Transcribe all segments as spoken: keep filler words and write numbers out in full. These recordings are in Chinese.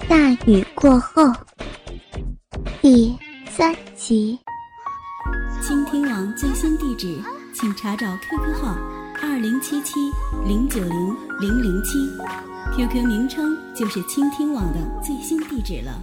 大雨过后第三集。 倾听网最新地址，请查找 Q Q 号二零七七零九零零零七 ，Q Q 名称就是倾听网的最新地址了。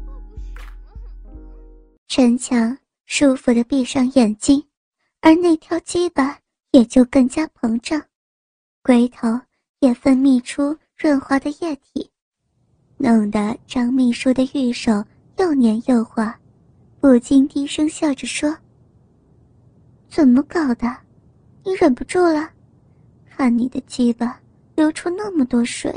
陈强舒服地闭上眼睛，而那条鸡巴也就更加膨胀，龟头也分泌出润滑的液体，弄得张秘书的玉手又黏又滑，不禁低声笑着说：怎么搞的？你忍不住了？看你的鸡巴流出那么多水。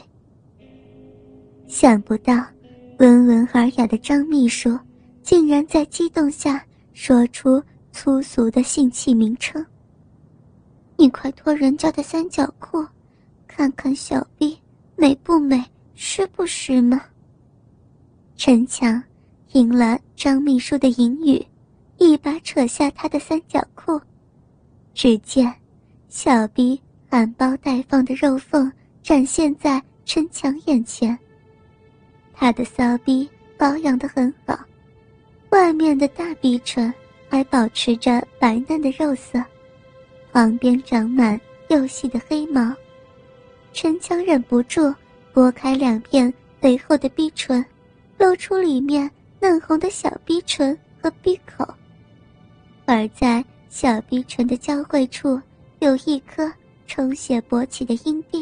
想不到温文尔雅的张秘书竟然在激动下说出粗俗的性器名称。你快脱人家的三角裤，看看小臂美不美，湿不湿吗？陈强听了张秘书的淫语，一把扯下他的三角裤，只见小臂含苞待放的肉缝展现在陈强眼前。他的骚逼保养得很好，外面的大逼唇还保持着白嫩的肉色，旁边长满幼细的黑毛。陈强忍不住拨开两片肥厚的逼唇，露出里面嫩红的小逼唇和逼口，而在小逼唇的交汇处有一颗充血勃起的阴蒂。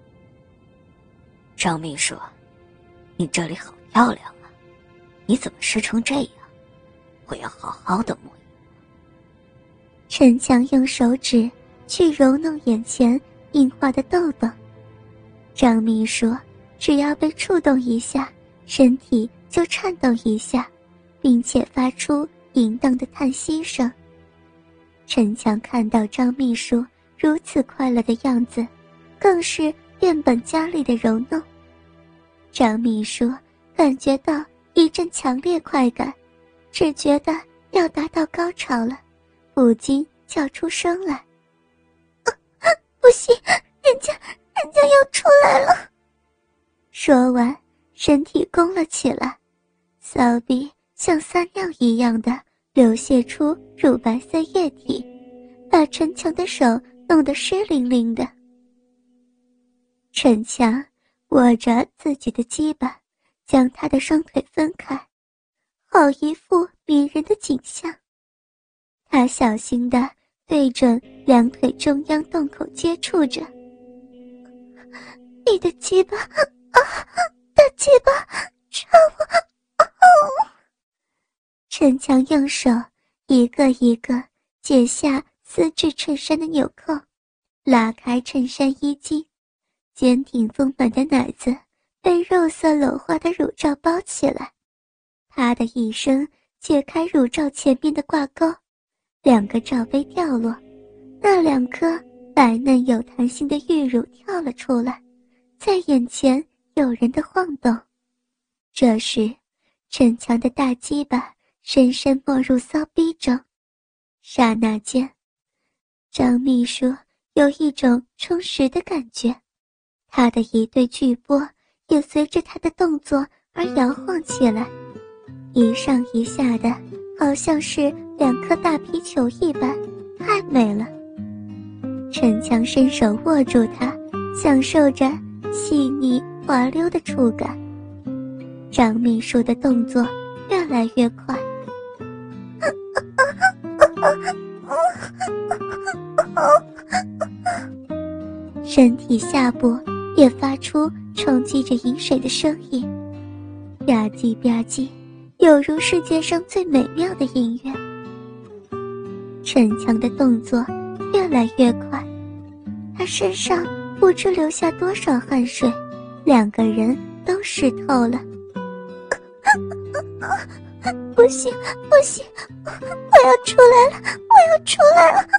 张秘书，你这里好漂亮啊，你怎么湿成这样？我要好好的摸一摸。 陈强用手指去揉弄眼前硬化的痘痘，张秘书只要被触动一下，身体就颤动一下，并且发出淫荡的叹息声。陈强看到张秘书如此快乐的样子，更是变本加厉的揉弄。张秘书感觉到一阵强烈快感，只觉得要达到高潮了，不禁叫出声来：啊啊，不行，人家人家要出来了。说完，身体弓了起来，骚逼像撒尿一样的流泻出乳白色液体，把陈强的手弄得湿淋淋的。陈强握着自己的鸡巴，将他的双腿分开，好一副迷人的景象。他小心地对准两腿中央洞口接触着。你的鸡巴啊，大鸡巴插我！哦！陈强用手一个一个解下丝质衬衫的纽扣，拉开衬衫衣襟，坚挺丰满的奶子被肉色镂花的乳罩包起来。啪的一声解开乳罩前面的挂钩，两个罩杯掉落，那两颗白嫩有弹性的玉乳跳了出来，在眼前诱人的晃动。这时陈强的大鸡巴深深没入骚逼中，刹那间张秘书有一种充实的感觉，他的一对巨波也随着他的动作而摇晃起来，一上一下的，好像是两颗大皮球一般，太美了。陈强伸手握住它，享受着细腻滑溜的触感。张秘书的动作越来越快，身体下部也发出冲击着饮水的声音，吧唧吧唧，有如世界上最美妙的音乐。陈强的动作越来越快，他身上不知流下多少汗水，两个人都湿透了。不行不行，我要出来了，我要出来了！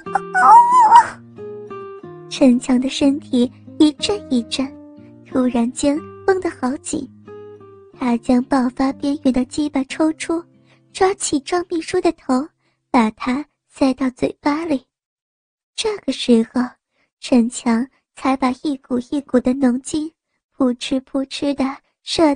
哦！陈强的身体一阵一阵，突然间绷得好紧。他将爆发边缘的鸡巴抽出，抓起张秘书的头，把他塞到嘴巴里。这个时候，陈强才把一股一股的浓精扑哧扑哧地射到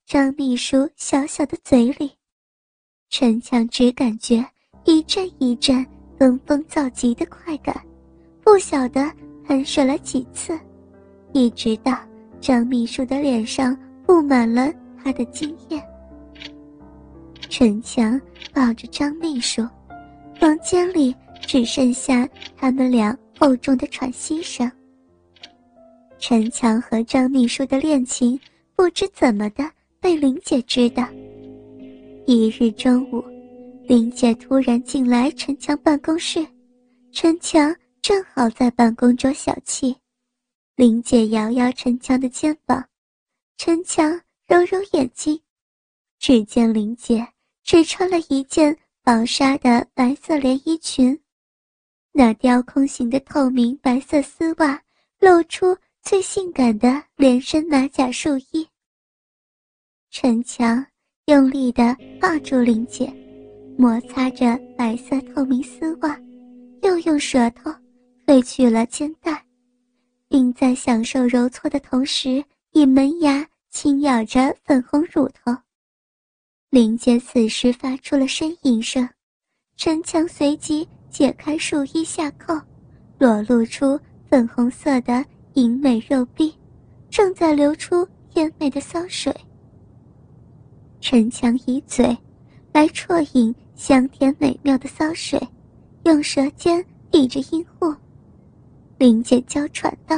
张秘书小小的嘴里。陈强只感觉一阵一阵登峰造极的快感，不晓得喷射了几次，一直到张秘书的脸上布满了他的经验。陈强抱着张秘书，房间里只剩下他们俩厚重的喘息声。陈强和张秘书的恋情不知怎么的被林姐知道。一日中午，林姐突然进来陈强办公室，陈强正好在办公桌小憩。林姐摇摇陈强的肩膀，陈强揉揉眼睛，只见林姐只穿了一件薄纱的白色连衣裙，那雕空型的透明白色丝袜露出最性感的连身马甲束衣。陈强用力地抱住林姐，摩擦着白色透明丝袜，又用舌头褪去了肩带，并在享受揉搓的同时以门牙轻咬着粉红乳头。林姐此时发出了呻吟声，陈强随即解开束衣下扣，裸露出粉红色的银美肉臂，正在流出甜美的骚水。陈强以嘴来啜饮香甜美妙的骚水，用舌尖抵着阴户。林姐娇喘道：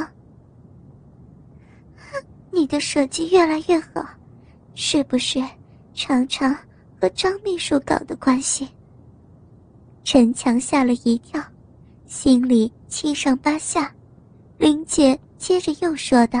你的舌技越来越好，是不是常常和张秘书搞的关系？陈强吓了一跳，心里七上八下。林姐接着又说道：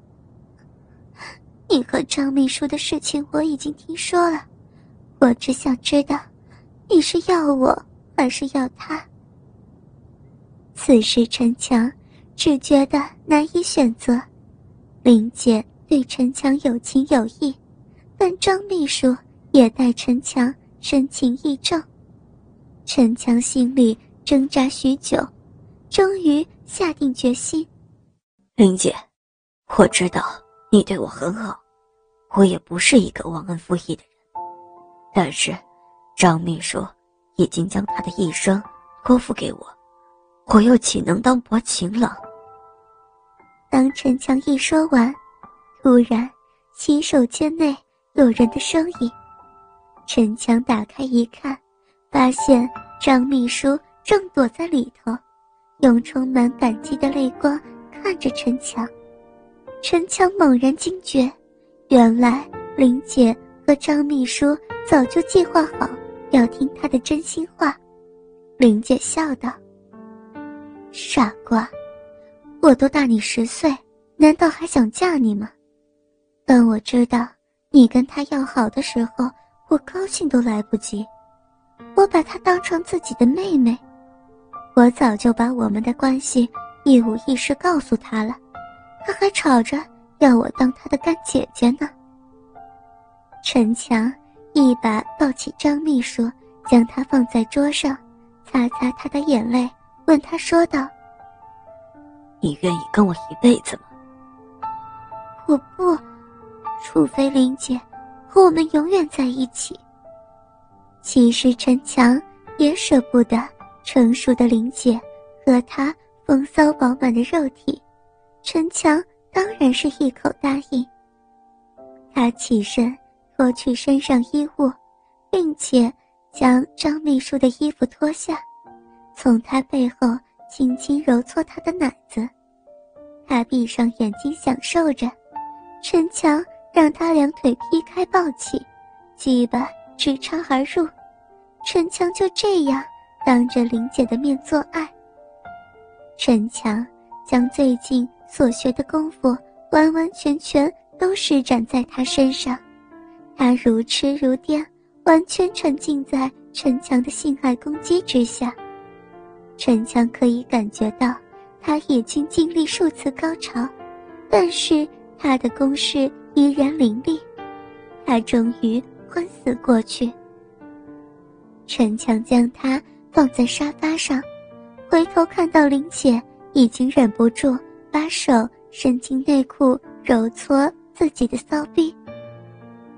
你和张秘书的事情我已经听说了，我只想知道你是要我还是要他。此时陈强只觉得难以选择，林姐对陈强有情有义，但张秘书也待陈强深情意重。陈强心里挣扎许久，终于下定决心。 林姐，我知道你对我很好，我也不是一个忘恩负义的人，但是张秘书已经将他的一生托付给我，我又岂能当薄情郎？ 当陈强一说完，突然洗手间内有人的声音。陈强打开一看，发现张秘书正躲在里头，用充满感激的泪光看着陈强。陈强猛然惊觉，原来林姐和张秘书早就计划好要听他的真心话。林姐笑道：傻瓜，我都大你十岁，难道还想嫁你吗？当我知道你跟他要好的时候，我高兴都来不及。我把她当成自己的妹妹，我早就把我们的关系一五一十告诉她了，她还吵着要我当她的干姐姐呢。陈强一把抱起张秘书，将她放在桌上，擦擦她的眼泪，问她说道： 你愿意跟我一辈子吗？ 我不，除非林姐和我们永远在一起。其实陈强也舍不得成熟的林姐和他风骚饱满的肉体，陈强当然是一口答应。他起身脱去身上衣物，并且将张秘书的衣服脱下，从他背后轻轻揉搓他的奶子。他闭上眼睛享受着，陈强让他两腿劈开抱起，鸡巴直插而入，陈强就这样当着林姐的面做爱。陈强将最近所学的功夫完完全全都施展在他身上，他如痴如癫，完全沉浸在陈强的性爱攻击之下。陈强可以感觉到他已经经历数次高潮，但是他的攻势依然凌厉，他终于昏死过去。陈强将他放在沙发上，回头看到林姐已经忍不住把手伸进内裤揉搓自己的骚逼。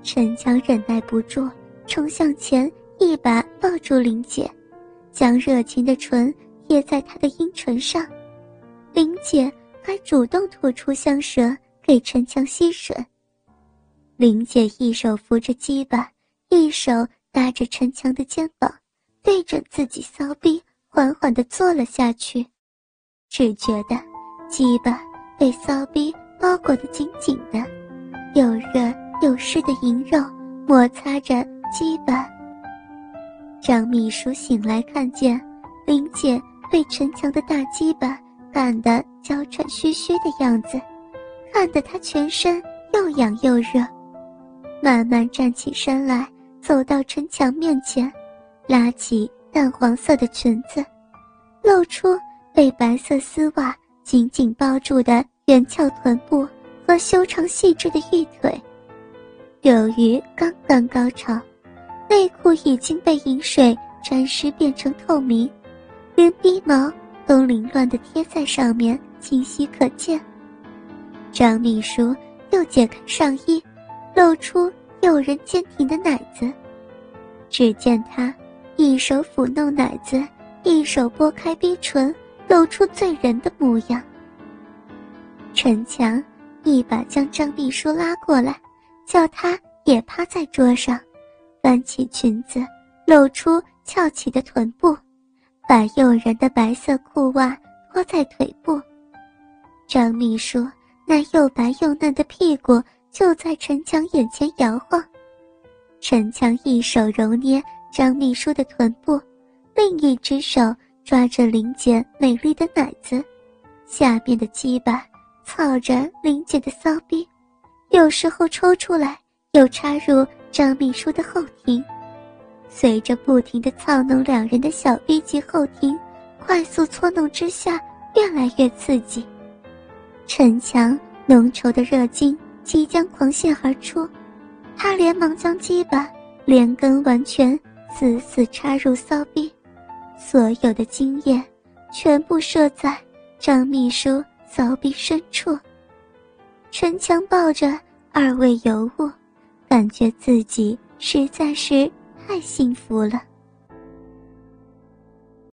陈强忍耐不住，冲向前一把抱住林姐，将热情的唇贴在她的阴唇上。林姐还主动吐出香舌给陈强吸吮。林姐一手扶着鸡巴，一手搭着陈强的肩膀，对准自己骚逼缓缓地坐了下去，只觉得鸡巴被骚逼包裹得紧紧的，有热有湿的淫肉摩擦着鸡巴。张秘书醒来看见林姐被陈强的大鸡巴干得娇喘吁吁的样子，看得他全身又痒又热，慢慢站起身来，走到陈强面前，拉起淡黄色的裙子，露出被白色丝袜紧紧包住的圆翘臀部和修长细致的玉腿。由于刚刚高潮，内裤已经被饮水沾湿变成透明，连逼毛都凌乱地贴在上面，清晰可见。张秘书又解开上衣，露出诱人坚挺的奶子，只见他一手抚弄奶子，一手拨开逼唇，露出醉人的模样。陈强一把将张秘书拉过来，叫他也趴在桌上，翻起裙子，露出翘起的臀部，把诱人的白色裤袜拖在腿部。张秘书那又白又嫩的屁股就在陈强眼前摇晃，陈强一手揉捏张秘书的臀部，另一只手抓着林姐美丽的奶子，下面的鸡巴操着林姐的骚逼，有时候抽出来又插入张秘书的后庭，随着不停地操弄两人的小逼及后庭，快速搓弄之下越来越刺激。陈强浓稠的热精即将狂泻而出，他连忙将鸡巴连根完全死死插入骚逼，所有的精液全部射在张秘书骚逼深处。陈强抱着二位尤物，感觉自己实在是太幸福了。